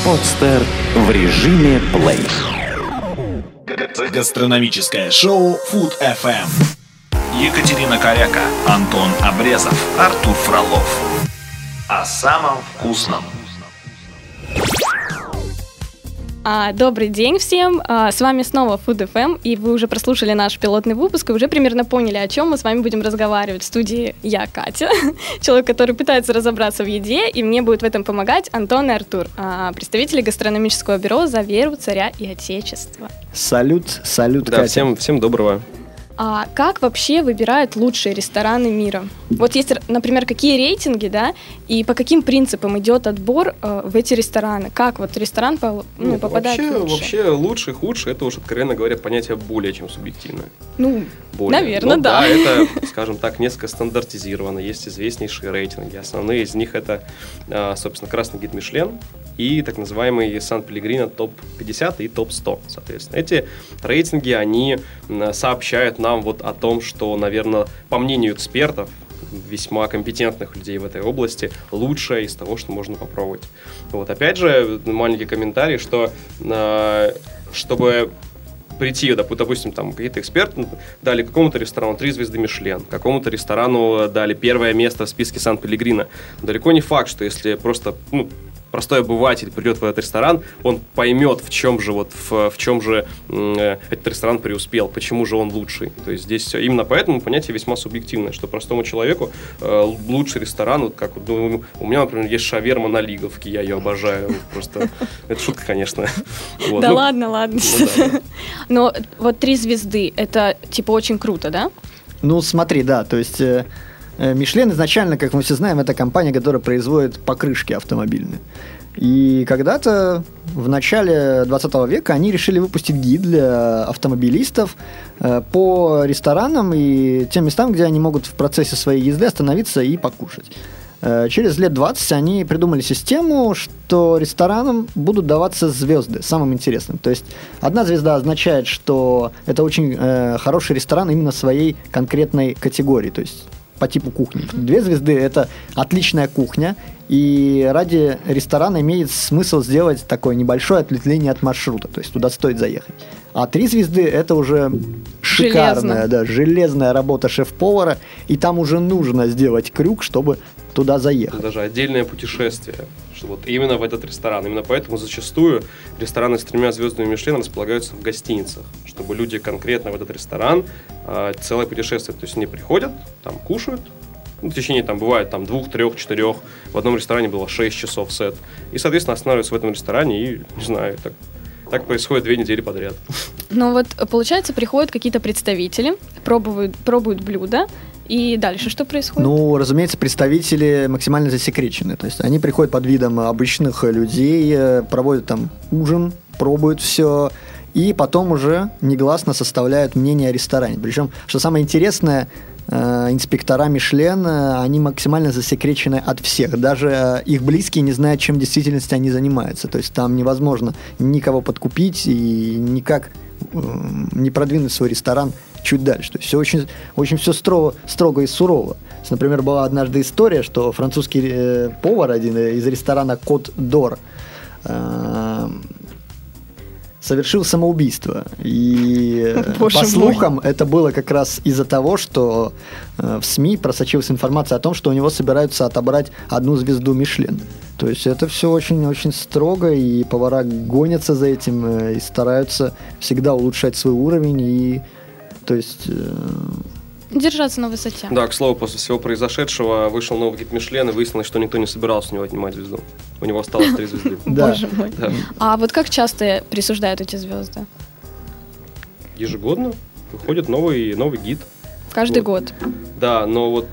Подстер в режиме плей. Гастрономическое шоу Food FM. Екатерина Коряка, Антон Обрезов, Артур Фролов. О самом вкусном. Добрый день всем, с вами снова Food FM, и вы уже прослушали наш пилотный выпуск и уже примерно поняли, о чем мы с вами будем разговаривать. В студии я, Катя, человек, который пытается разобраться в еде, и мне будет в этом помогать Антон и Артур, представители гастрономического бюро «За веру, царя и отечества». Салют, да, Катя. Всем доброго. Как вообще выбирают лучшие рестораны мира? Вот есть, например, какие рейтинги, да, и по каким принципам идет отбор в эти рестораны? Как вот ресторан попадает в лучшие? Вообще лучший, худший, это уж, откровенно говоря, понятие более чем субъективное. Наверное, да. Да, это, скажем так, несколько стандартизировано. Есть известнейшие рейтинги. Основные из них это, собственно, Красный гид Мишлен и так называемый Сан-Пеллегрино топ-50 и топ-100, соответственно. Эти рейтинги, они сообщают нам вот о том, что, наверное, по мнению экспертов, весьма компетентных людей в этой области, лучшее из того, что можно попробовать. Вот, опять же, маленький комментарий, что чтобы прийти, допустим, там какие-то эксперты дали какому-то ресторану 3 звезды Мишлен, какому-то ресторану дали первое место в списке Сан-Пеллегрино. Далеко не факт, что если просто простой обыватель придет в этот ресторан, он поймет, в чем же этот ресторан преуспел, почему же он лучший. То есть здесь именно поэтому понятие весьма субъективное, что простому человеку лучший ресторан, вот как у меня, например, есть шаверма на Лиговке, я ее обожаю. Просто это шутка, конечно. Да ладно. Но вот 3 звезды, это типа очень круто, да? Смотри, да, то есть Мишлен изначально, как мы все знаем, это компания, которая производит покрышки автомобильные. И когда-то в начале 20 века они решили выпустить гид для автомобилистов по ресторанам и тем местам, где они могут в процессе своей езды остановиться и покушать. Через лет 20 они придумали систему, что ресторанам будут даваться звезды, самым интересным. То есть 1 звезда означает, что это очень хороший ресторан именно своей конкретной категории, то есть по типу кухни. 2 звезды – это отличная кухня, и ради ресторана имеет смысл сделать такое небольшое ответвление от маршрута, то есть туда стоит заехать. А 3 звезды – это уже шикарная, железная работа шеф-повара, и там уже нужно сделать крюк, чтобы туда заехать. Даже отдельное путешествие, что вот именно в этот ресторан. Именно поэтому зачастую рестораны с 3 звездами Мишлен располагаются в гостиницах, чтобы люди конкретно в этот ресторан целое путешествие. То есть они приходят, там кушают, в течение бывает 2, 3, 4, в одном ресторане было 6 часов сет. И, соответственно, останавливаются в этом ресторане и, не знаю, так происходит 2 недели подряд. Получается, приходят какие-то представители, пробуют блюда, и дальше что происходит? Разумеется, представители максимально засекречены. То есть они приходят под видом обычных людей, проводят там ужин, пробуют все, и потом уже негласно составляют мнение о ресторане. Причем, что самое интересное, инспектора Мишлен, они максимально засекречены от всех. Даже их близкие не знают, чем в действительности они занимаются. То есть там невозможно никого подкупить и никак не продвинуть свой ресторан чуть дальше. То есть все очень все строго и сурово. Например, была однажды история, что французский повар один из ресторана «Кот Дор» совершил самоубийство. И по слухам это было как раз из-за того, что в СМИ просочилась информация о том, что у него собираются отобрать 1 звезду Мишлен. То есть это все очень-очень строго, и повара гонятся за этим и стараются всегда улучшать свой уровень, и то есть держаться на высоте. Да, к слову, после всего произошедшего вышел новый гид Мишлен, и выяснилось, что никто не собирался у него отнимать звезду. У него осталось 3 звезды. Боже мой. А вот как часто присуждают эти звезды? Ежегодно выходит новый гид. Каждый год? Да, но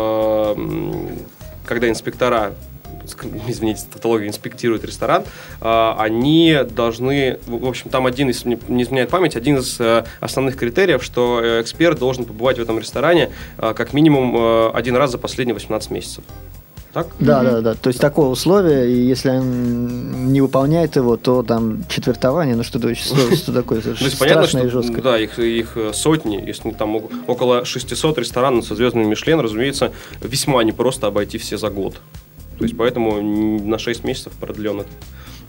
когда инспектора, извините, тавтология, инспектируют ресторан, они должны, в общем, там если не изменяет память, один из основных критериев, что эксперт должен побывать в этом ресторане как минимум 1 раз за последние 18 месяцев. Так? Да. То есть такое условие, и если он не выполняет его, то там четвертование, что такое, страшно и жестко. Да, их сотни, если там около 600 ресторанов со звездами Мишлен, разумеется, весьма непросто обойти все за год. То есть поэтому на 6 месяцев продлен этот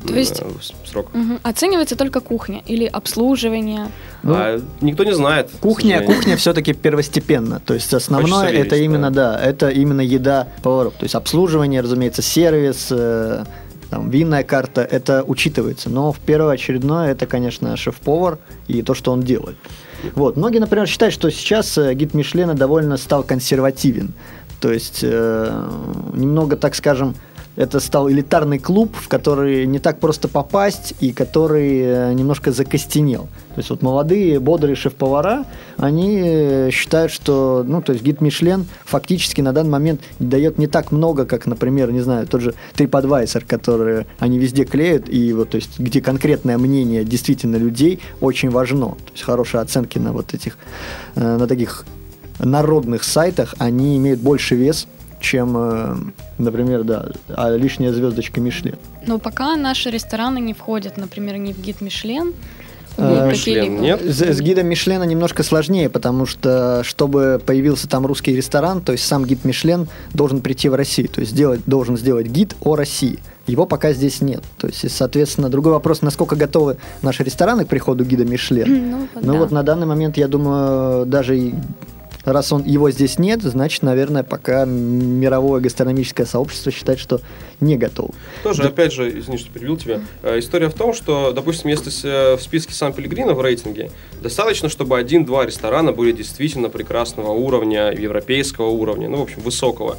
То есть срок. Оценивается только кухня или обслуживание? Никто не знает. Кухня все-таки первостепенно. То есть основное это именно, это именно еда поваров. То есть обслуживание, разумеется, сервис, винная карта, это учитывается. Но в первоочередное это, конечно, шеф-повар и то, что он делает. Вот. Многие, например, считают, что сейчас гид Мишлена довольно стал консервативен. То есть немного, так скажем, это стал элитарный клуб, в который не так просто попасть и который немножко закостенел. То есть вот молодые, бодрые шеф-повара, они считают, что, то есть гид Мишлен фактически на данный момент дает не так много, как, например, не знаю, тот же TripAdvisor, который они везде клеят, и вот, то есть где конкретное мнение действительно людей очень важно. То есть хорошие оценки на вот этих, на таких народных сайтах, они имеют больше вес, чем, например, лишняя звездочка Мишлен. Но пока наши рестораны не входят, например, ни в гид Мишлен, Мишлен нет. С гидом Мишлена немножко сложнее, потому что, чтобы появился там русский ресторан, то есть сам гид Мишлен должен прийти в Россию, то есть должен сделать гид о России. Его пока здесь нет. То есть, соответственно, другой вопрос, насколько готовы наши рестораны к приходу гида Мишлен. Вот на данный момент, я думаю, даже раз его здесь нет, значит, наверное, пока мировое гастрономическое сообщество считает, что не готово. Тоже, опять же, извини, что перебил тебя. История в том, что, допустим, если в списке Сан-Пеллегрино в рейтинге достаточно, чтобы 1-2 ресторана были действительно прекрасного уровня, европейского уровня, в общем, высокого.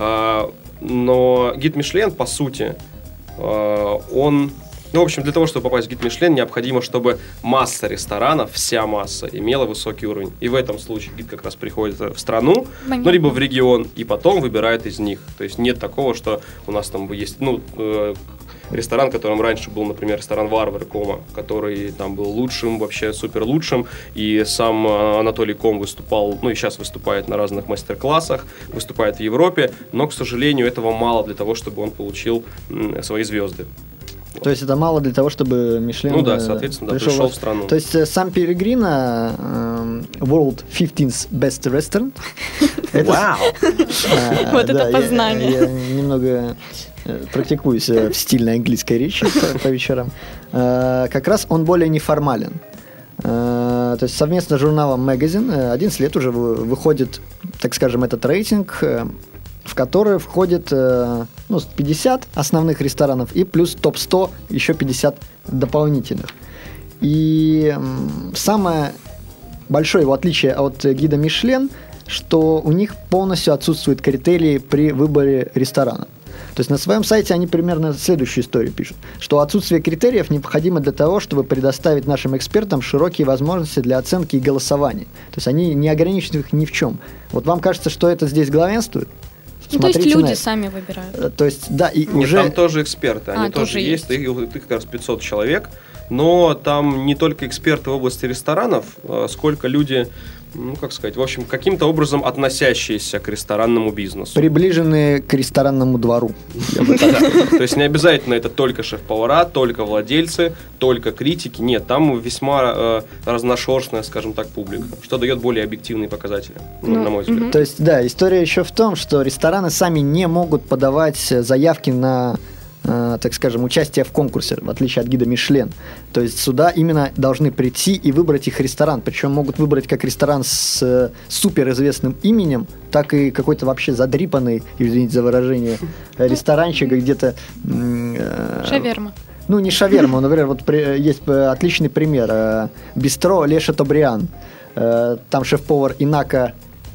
Но гид Мишлен, по сути, он... в общем, для того, чтобы попасть в гид Мишлен, необходимо, чтобы масса ресторанов, вся масса, имела высокий уровень. И в этом случае гид как раз приходит в страну, либо в регион, и потом выбирает из них. То есть нет такого, что у нас там есть, ресторан, которым раньше был, например, ресторан «Варвары» Кома, который там был лучшим, вообще супер лучшим, и сам Анатолий Ком выступал, и сейчас выступает на разных мастер-классах, выступает в Европе, но, к сожалению, этого мало для того, чтобы он получил свои звезды. То есть это мало для того, чтобы Мишлен соответственно, пришел в страну. То есть Сан-Пеллегрино World 15th Best Restaurant. Вау! Вот это познание. Я немного практикуюсь в стильной английской речи по вечерам. Как раз он более неформален. То есть совместно с журналом Magazine 11 лет уже выходит, так скажем, этот рейтинг, в который входит 50 основных ресторанов и плюс топ-100 еще 50 дополнительных. И самое большое его отличие от гида Мишлен, что у них полностью отсутствуют критерии при выборе ресторана. То есть на своем сайте они примерно следующую историю пишут, что отсутствие критериев необходимо для того, чтобы предоставить нашим экспертам широкие возможности для оценки и голосования. То есть они не ограничивают их ни в чем. Вот вам кажется, что это здесь главенствует? То есть люди сами выбирают. То есть, да, и уже... Там тоже эксперты, они тоже есть. Их как раз 500 человек, но там не только эксперты в области ресторанов, сколько люди, в общем, каким-то образом относящиеся к ресторанному бизнесу. Приближенные к ресторанному двору. То есть не обязательно это только шеф-повара, только владельцы, только критики. Нет, там весьма разношерстная, скажем так, публика, что дает более объективные показатели, на мой взгляд. То есть, да, история еще в том, что рестораны сами не могут подавать заявки на, так скажем, участие в конкурсе, в отличие от гида Мишлен. То есть сюда именно должны прийти и выбрать их ресторан. Причем могут выбрать как ресторан с суперизвестным именем, так и какой-то вообще задрипанный, извините за выражение, ресторанчик где-то... Шаверма. Не шаверма, например, вот есть отличный пример. Бистро Ле Шатобриан. Там шеф-повар Инака...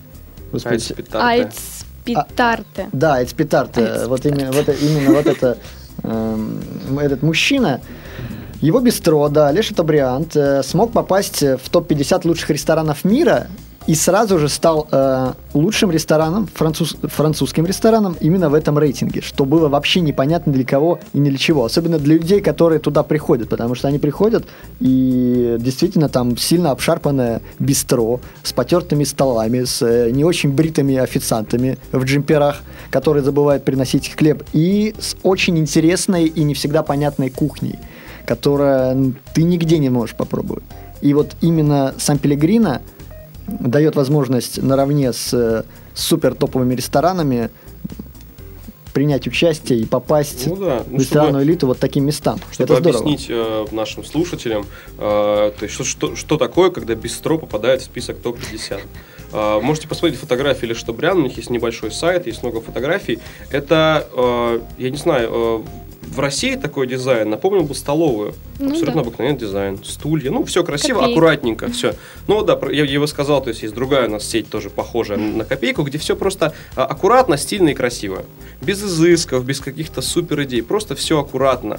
Питарте. Да, Питарте. Вот именно вот это этот мужчина, его бистро, Ле Шатобриан, смог попасть в топ-50 лучших ресторанов мира и сразу же стал лучшим рестораном, французским рестораном именно в этом рейтинге, что было вообще непонятно для кого и ни для чего. Особенно для людей, которые туда приходят, потому что они приходят и действительно там сильно обшарпанное бистро с потертыми столами, с не очень бритыми официантами в джемперах, которые забывают приносить хлеб, и с очень интересной и не всегда понятной кухней, которую ты нигде не можешь попробовать. И вот именно Сан-Пеллегрино дает возможность наравне с супер топовыми ресторанами принять участие и попасть в ресторанную элиту вот таким местам. Чтобы это здорово. объяснить нашим слушателям, то есть, что такое, когда бистро попадает в список топ-50. Можете посмотреть фотографии Ле Шатобриан, у них есть небольшой сайт, есть много фотографий. Это, я не знаю, в России такой дизайн напомнил бы столовую. Абсолютно обыкновенный дизайн. Стулья, все красиво, аккуратненько, все. Я его сказал, то есть другая у нас сеть тоже похожая на Копейку, где все просто аккуратно, стильно и красиво. Без изысков, без каких-то супер идей, просто все аккуратно.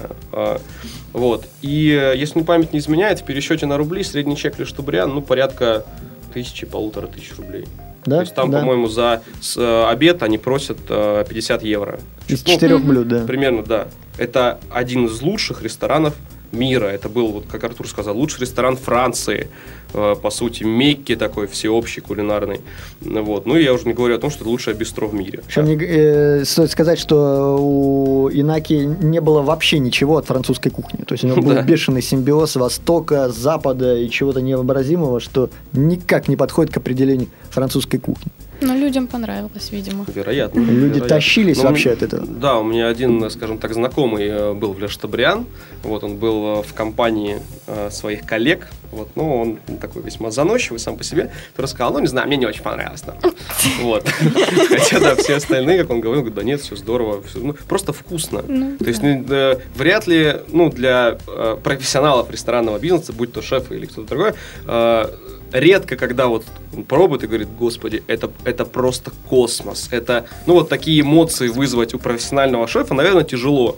Вот. И если мне память не изменяет, в пересчете на рубли средний чек Ле Шатобриан, порядка 1000-1500 рублей. Да? То есть там, по-моему, за обед они просят 50 евро. Из 4 блюд, да. Примерно, да. Это один из лучших ресторанов мира. Это был, как Артур сказал, лучший ресторан Франции. По сути, Мекки такой всеобщий кулинарный. Вот. Я уже не говорю о том, что это лучшее бистро в мире. Стоит сказать, что у Инаки не было вообще ничего от французской кухни. То есть у него был бешеный симбиоз Востока, Запада и чего-то невообразимого, что никак не подходит к определению французской кухни. Людям понравилось, видимо. Вероятно. Люди тащились вообще от этого. Да, у меня один, скажем так, знакомый был в Ле Шатобриан. Вот он был в компании своих коллег. Вот, он такой весьма заносчивый сам по себе. Который сказал, не знаю, мне не очень понравилось там. Вот. Хотя, да, все остальные, как он говорил, да нет, все здорово. Просто вкусно. То есть вряд ли, для профессионалов ресторанного бизнеса, будь то шеф или кто-то другой, редко, когда он пробует и говорит, господи, это просто космос. Это, такие эмоции вызвать у профессионального шефа, наверное, тяжело.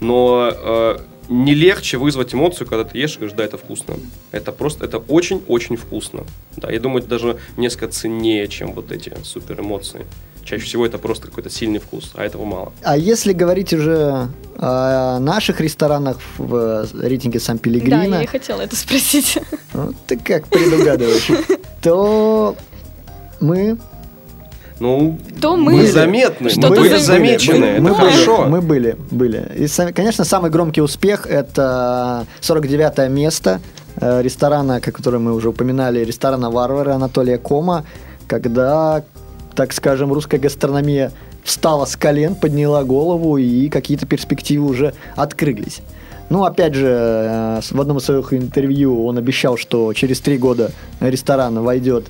Но не легче вызвать эмоцию, когда ты ешь и говоришь, да, это вкусно. Это очень-очень вкусно. Да, я думаю, это даже несколько ценнее, чем вот эти супер эмоции. Чаще всего это просто какой-то сильный вкус, а этого мало. А если говорить уже о наших ресторанах в рейтинге Сан-Пеллегрино... Да, я и хотела это спросить. Ты как предугадываешь. То мы... мы заметны, мы замечены, это хорошо. Мы были. И, конечно, самый громкий успех – это 49-е место ресторана, который мы уже упоминали, ресторана «Варвары» Анатолия Кома, когда, так скажем, русская гастрономия встала с колен, подняла голову, и какие-то перспективы уже открылись. Опять же, в одном из своих интервью он обещал, что через 3 года ресторан войдет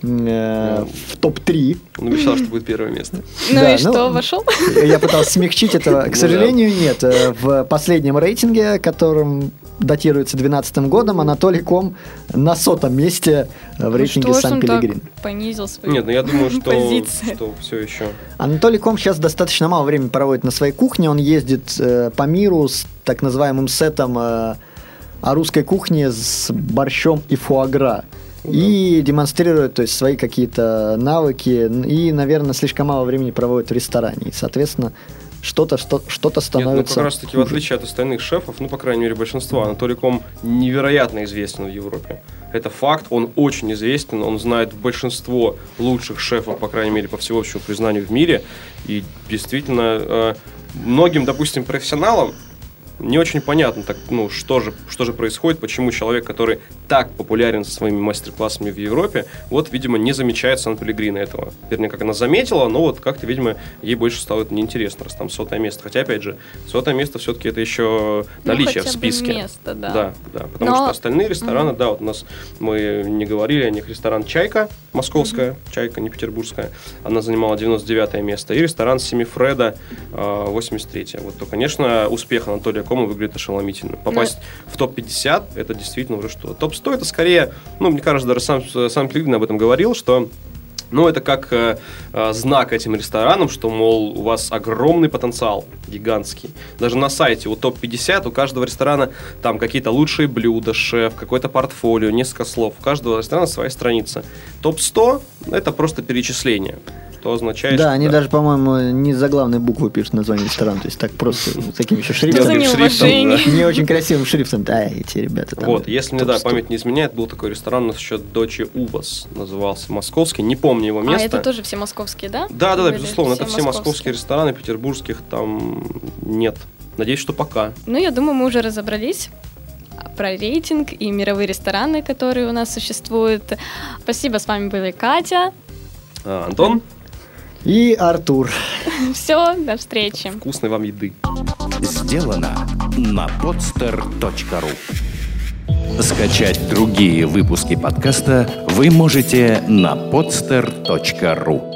в топ-3. Он обещал, что будет первое место. Что, вошел? Я пытался смягчить это. К сожалению, нет. В последнем рейтинге, которым датируется 2012 годом, Анатолий Ком на 100-м месте в рейтинге Сан-Пеллегрино. Понизил свою Нет, я думаю, что все еще. Анатолий Ком сейчас достаточно мало времени проводит на своей кухне. Он ездит по миру с так называемым сетом о русской кухне с борщом и фуагра. И демонстрирует, то есть, свои какие-то навыки, и, наверное, слишком мало времени проводит в ресторане. И, соответственно, что-то становится... Нет, как раз таки, в отличие от остальных шефов, по крайней мере, большинства, Анатолий Ком невероятно известен в Европе. Это факт, он очень известен, он знает большинство лучших шефов, по крайней мере, по всеобщему признанию в мире. И действительно, многим, допустим, профессионалам не очень понятно, что же происходит, почему человек, который так популярен со своими мастер-классами в Европе, видимо, не замечает Сан-Пеллегрино этого. Вернее, как она заметила, но как-то, видимо, ей больше стало это неинтересно, раз там 100-е место. Хотя, опять же, 100-е место все-таки это еще наличие в списке. Место, да. Да, потому что остальные рестораны, у нас, мы не говорили о них, ресторан «Чайка», московская, «Чайка», не петербургская, она занимала 99-е место, и ресторан «Семифреда», 83-е. То, конечно, успех Анатолия Кома выглядит ошеломительно. Попасть в топ-50 это действительно уже что. Топ-100 это скорее, мне кажется, даже сам Пеллегрино об этом говорил, что это как знак этим ресторанам, что, мол, у вас огромный потенциал, гигантский. Даже на сайте у топ-50 у каждого ресторана там какие-то лучшие блюда, шеф, какое-то портфолио, несколько слов. У каждого ресторана своя страница. Топ-100 это просто перечисление. Что означает, да, они даже, по-моему, не заглавной буквы пишут название ресторана, то есть так просто таким еще шрифтом. Не очень красивым шрифтом. Да, эти ребята там. Если мне, память не изменяет, был такой ресторан, у нас еще Дочи Увас назывался, московский, не помню его место. Это тоже все московские, да? Да, безусловно, это все московские рестораны, петербургских там нет. Надеюсь, что пока. Я думаю, мы уже разобрались про рейтинг и мировые рестораны, которые у нас существуют. Спасибо, с вами были Катя, Антон и Артур. Все, до встречи. Вкусной вам еды. Сделано на podster.ru. Скачать другие выпуски подкаста вы можете на podster.ru.